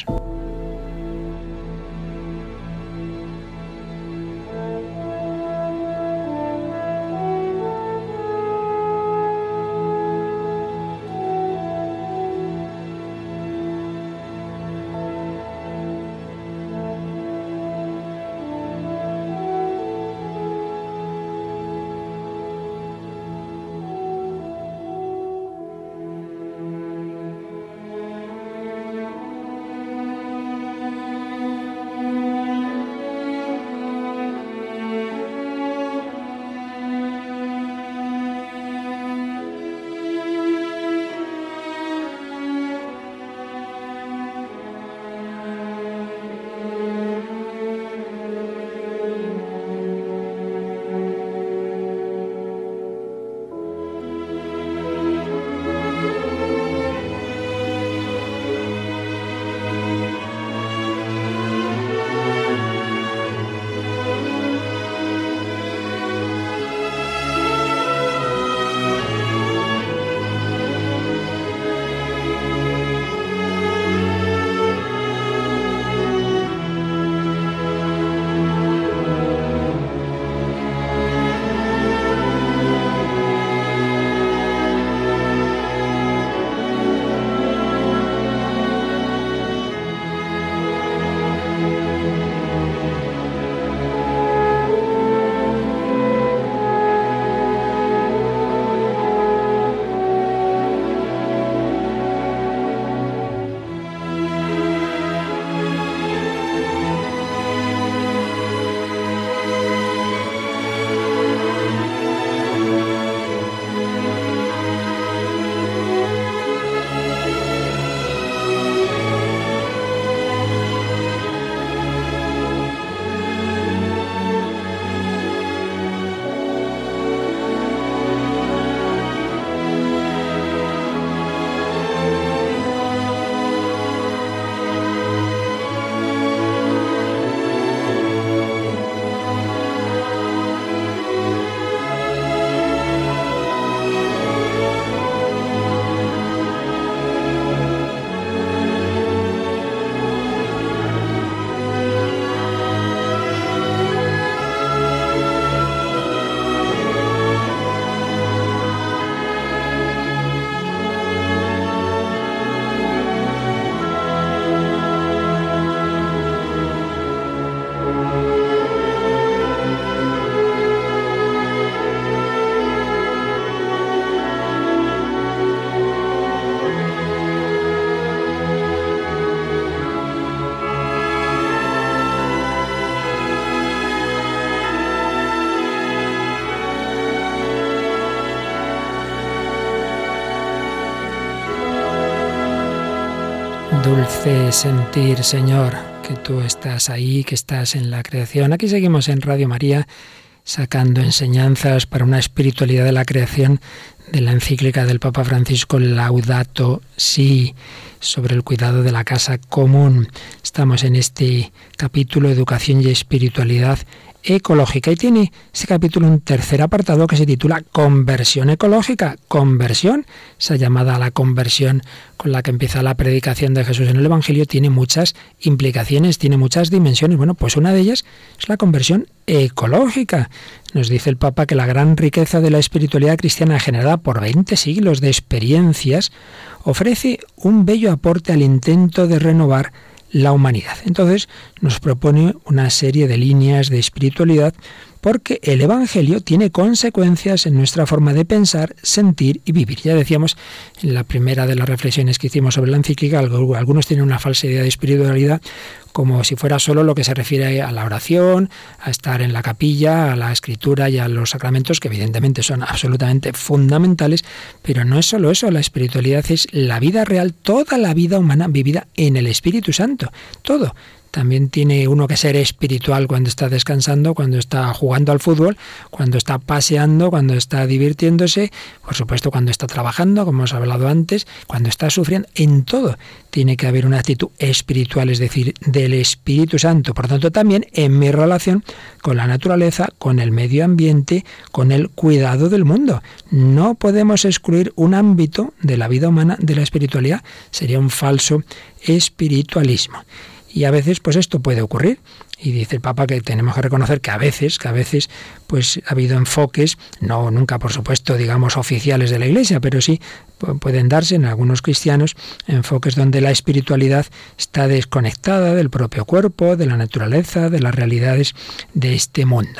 Speaker 3: dulce sentir, Señor, que tú estás ahí, que estás en la creación. Aquí seguimos en Radio María sacando enseñanzas para una espiritualidad de la creación de la encíclica del Papa Francisco Laudato Si, sobre el cuidado de la casa común. Estamos en este capítulo Educación y Espiritualidad Ecológica y tiene ese capítulo un tercer apartado que se titula Conversión Ecológica. Conversión, esa llamada a la conversión con la que empieza la predicación de Jesús en el Evangelio, tiene muchas implicaciones, tiene muchas dimensiones. Bueno, pues una de ellas es la conversión ecológica. Nos dice el Papa que la gran riqueza de la espiritualidad cristiana, generada por veinte siglos de experiencias, ofrece un bello aporte al intento de renovar la humanidad. Entonces nos propone una serie de líneas de espiritualidad porque el Evangelio tiene consecuencias en nuestra forma de pensar, sentir y vivir. Ya decíamos en la primera de las reflexiones que hicimos sobre la encíclica, algunos tienen una falsa idea de espiritualidad como si fuera solo lo que se refiere a la oración, a estar en la capilla, a la escritura y a los sacramentos, que evidentemente son absolutamente fundamentales, pero no es solo eso. La espiritualidad es la vida real, toda la vida humana vivida en el Espíritu Santo, todo. También tiene uno que ser espiritual cuando está descansando, cuando está jugando al fútbol, cuando está paseando, cuando está divirtiéndose, por supuesto cuando está trabajando, como hemos hablado antes, cuando está sufriendo, en todo tiene que haber una actitud espiritual, es decir, del Espíritu Santo. Por tanto, también en mi relación con la naturaleza, con el medio ambiente, con el cuidado del mundo. No podemos excluir un ámbito de la vida humana de la espiritualidad. Sería un falso espiritualismo. Y a veces, pues esto puede ocurrir. Y dice el Papa que tenemos que reconocer que a veces, que a veces, pues ha habido enfoques, no nunca, por supuesto, digamos, oficiales de la Iglesia, pero sí pueden darse en algunos cristianos enfoques donde la espiritualidad está desconectada del propio cuerpo, de la naturaleza, de las realidades de este mundo.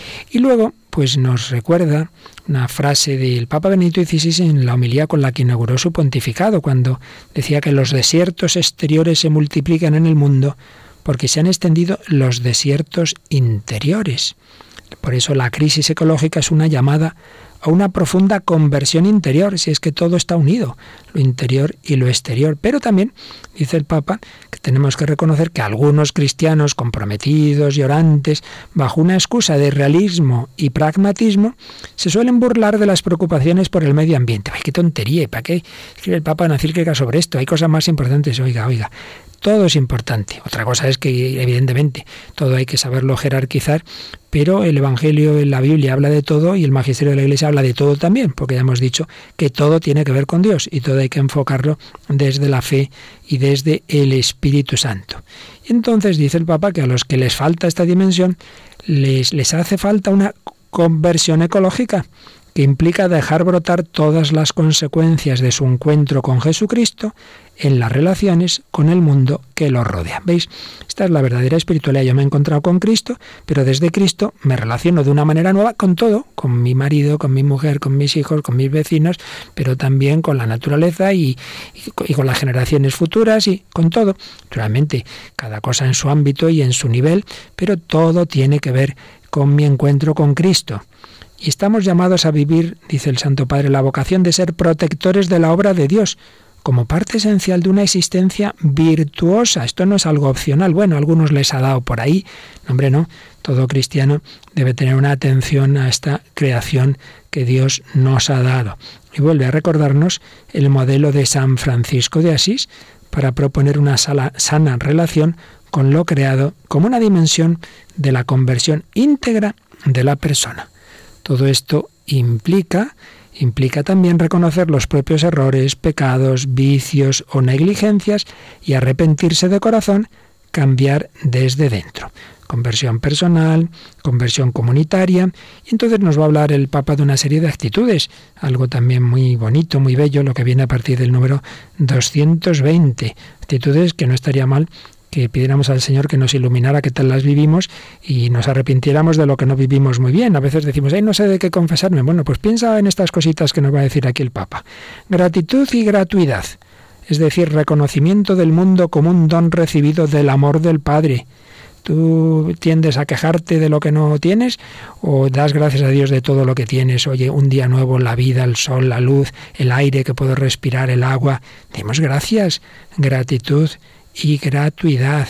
Speaker 3: Y luego, pues nos recuerda una frase del Papa Benedicto dieciséis en la homilía con la que inauguró su pontificado, cuando decía que los desiertos exteriores se multiplican en el mundo porque se han extendido los desiertos interiores. Por eso la crisis ecológica es una llamada a una profunda conversión interior, si es que todo está unido, lo interior y lo exterior. Pero también, dice el Papa, que tenemos que reconocer que algunos cristianos comprometidos y orantes, bajo una excusa de realismo y pragmatismo, se suelen burlar de las preocupaciones por el medio ambiente. ¡Ay, qué tontería! ¿Y para qué escribe el Papa una encíclica sobre esto? Hay cosas más importantes. Oiga, oiga. Todo es importante. Otra cosa es que, evidentemente, todo hay que saberlo jerarquizar, pero el Evangelio en la Biblia habla de todo y el Magisterio de la Iglesia habla de todo también, porque ya hemos dicho que todo tiene que ver con Dios y todo hay que enfocarlo desde la fe y desde el Espíritu Santo. Y entonces dice el Papa que a los que les falta esta dimensión, les, les hace falta una conversión ecológica, que implica dejar brotar todas las consecuencias de su encuentro con Jesucristo en las relaciones con el mundo que lo rodea. ¿Veis? Esta es la verdadera espiritualidad. Yo me he encontrado con Cristo, pero desde Cristo me relaciono de una manera nueva con todo, con mi marido, con mi mujer, con mis hijos, con mis vecinos, pero también con la naturaleza y, y con las generaciones futuras y con todo. Realmente, cada cosa en su ámbito y en su nivel, pero todo tiene que ver con mi encuentro con Cristo. Y estamos llamados a vivir, dice el Santo Padre, la vocación de ser protectores de la obra de Dios, como parte esencial de una existencia virtuosa. Esto no es algo opcional. Bueno, a algunos les ha dado por ahí. No, hombre, no. Todo cristiano debe tener una atención a esta creación que Dios nos ha dado. Y vuelve a recordarnos el modelo de San Francisco de Asís para proponer una sala, sana relación con lo creado como una dimensión de la conversión íntegra de la persona. Todo esto implica, implica también reconocer los propios errores, pecados, vicios o negligencias y arrepentirse de corazón, cambiar desde dentro. Conversión personal, conversión comunitaria, y entonces nos va a hablar el Papa de una serie de actitudes, algo también muy bonito, muy bello, lo que viene a partir del número doscientos veinte, actitudes que no estaría mal que pidiéramos al Señor que nos iluminara qué tal las vivimos y nos arrepintiéramos de lo que no vivimos muy bien. A veces decimos, ay, no sé de qué confesarme. Bueno, pues piensa en estas cositas que nos va a decir aquí el Papa. Gratitud y gratuidad, es decir, reconocimiento del mundo como un don recibido del amor del Padre. ¿Tú tiendes a quejarte de lo que no tienes o das gracias a Dios de todo lo que tienes? Oye, un día nuevo, la vida, el sol, la luz, el aire que puedo respirar, el agua. Demos gracias, gratitud y gratuidad.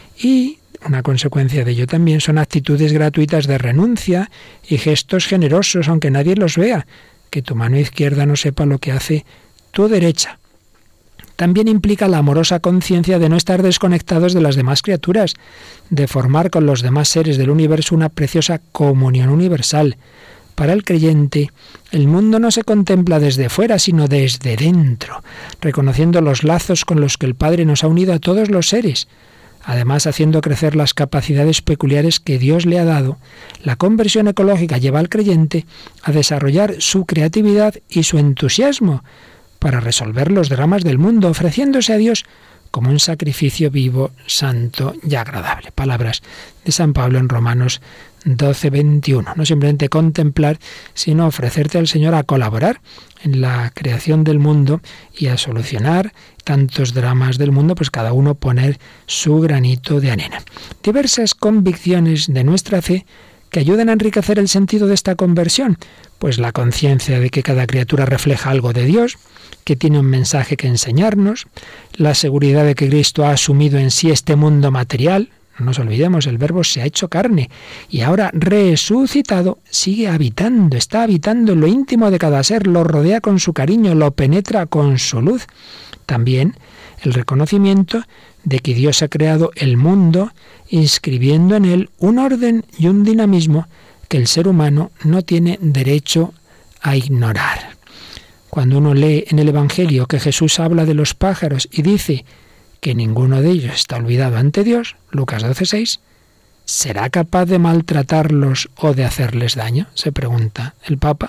Speaker 3: Y una consecuencia de ello también son actitudes gratuitas de renuncia y gestos generosos, aunque nadie los vea. Que tu mano izquierda no sepa lo que hace tu derecha. También implica la amorosa conciencia de no estar desconectados de las demás criaturas, de formar con los demás seres del universo una preciosa comunión universal. Para el creyente, el mundo no se contempla desde fuera, sino desde dentro, reconociendo los lazos con los que el Padre nos ha unido a todos los seres. Además, haciendo crecer las capacidades peculiares que Dios le ha dado, la conversión ecológica lleva al creyente a desarrollar su creatividad y su entusiasmo para resolver los dramas del mundo, ofreciéndose a Dios como un sacrificio vivo, santo y agradable. Palabras de San Pablo en Romanos doce, veintiuno. No simplemente contemplar, sino ofrecerte al Señor a colaborar en la creación del mundo y a solucionar tantos dramas del mundo, pues cada uno poner su granito de arena. Diversas convicciones de nuestra fe que ayudan a enriquecer el sentido de esta conversión, pues la conciencia de que cada criatura refleja algo de Dios, que tiene un mensaje que enseñarnos, la seguridad de que Cristo ha asumido en sí este mundo material. No nos olvidemos, el Verbo se ha hecho carne y ahora resucitado sigue habitando, está habitando en lo íntimo de cada ser, lo rodea con su cariño, lo penetra con su luz. También el reconocimiento de que Dios ha creado el mundo inscribiendo en él un orden y un dinamismo que el ser humano no tiene derecho a ignorar. Cuando uno lee en el Evangelio que Jesús habla de los pájaros y dice que ninguno de ellos está olvidado ante Dios, Lucas doce, seis, ¿será capaz de maltratarlos o de hacerles daño?, se pregunta el Papa.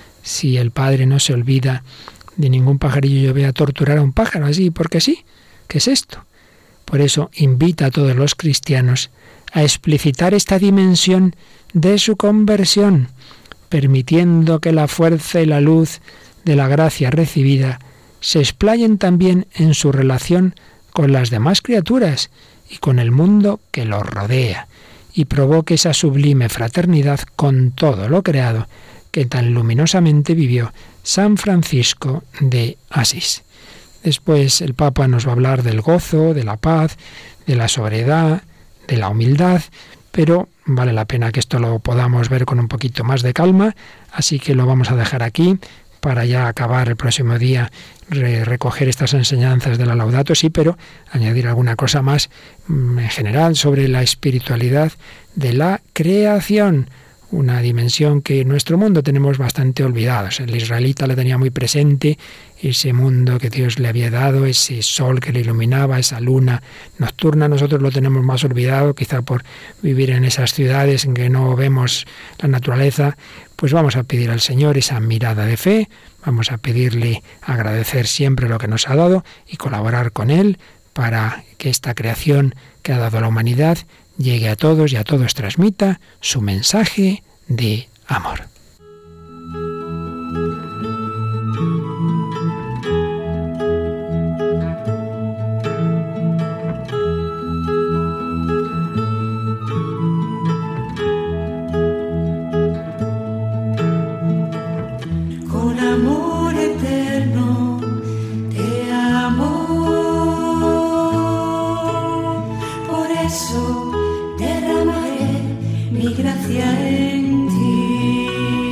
Speaker 3: Si el Padre no se olvida de ningún pajarillo, yo voy a torturar a un pájaro así, porque sí. ¿Qué es esto? Por eso invita a todos los cristianos a explicitar esta dimensión de su conversión, permitiendo que la fuerza y la luz de la gracia recibida se explayen también en su relación con las demás criaturas y con el mundo que los rodea, y provoque esa sublime fraternidad con todo lo creado que tan luminosamente vivió San Francisco de Asís. Después el Papa nos va a hablar del gozo, de la paz, de la sobriedad, de la humildad, pero vale la pena que esto lo podamos ver con un poquito más de calma, así que lo vamos a dejar aquí para ya acabar el próximo día, re- recoger estas enseñanzas de la Laudato Si, pero añadir alguna cosa más en general sobre la espiritualidad de la creación, una dimensión que en nuestro mundo tenemos bastante olvidados. El israelita la tenía muy presente, ese mundo que Dios le había dado, ese sol que le iluminaba, esa luna nocturna. Nosotros lo tenemos más olvidado, quizá por vivir en esas ciudades en que no vemos la naturaleza. Pues vamos a pedir al Señor esa mirada de fe, vamos a pedirle agradecer siempre lo que nos ha dado y colaborar con Él para que esta creación que ha dado a la humanidad llegue a todos y a todos transmita su mensaje de amor.
Speaker 2: Con amor eterno te amo, por eso derramaré mi gracia en ti.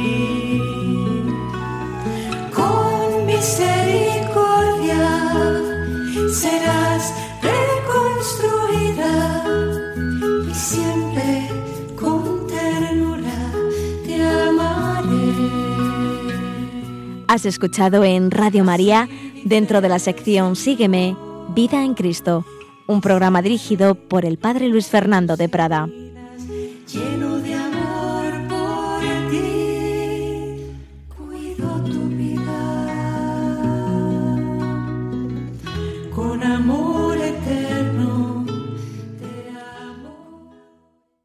Speaker 2: Con misericordia serás reconstruida y siempre con ternura te amaré.
Speaker 1: Has escuchado en Radio María, dentro de la sección Sígueme, Vida en Cristo, un programa dirigido por el Padre Luis Fernando de Prada.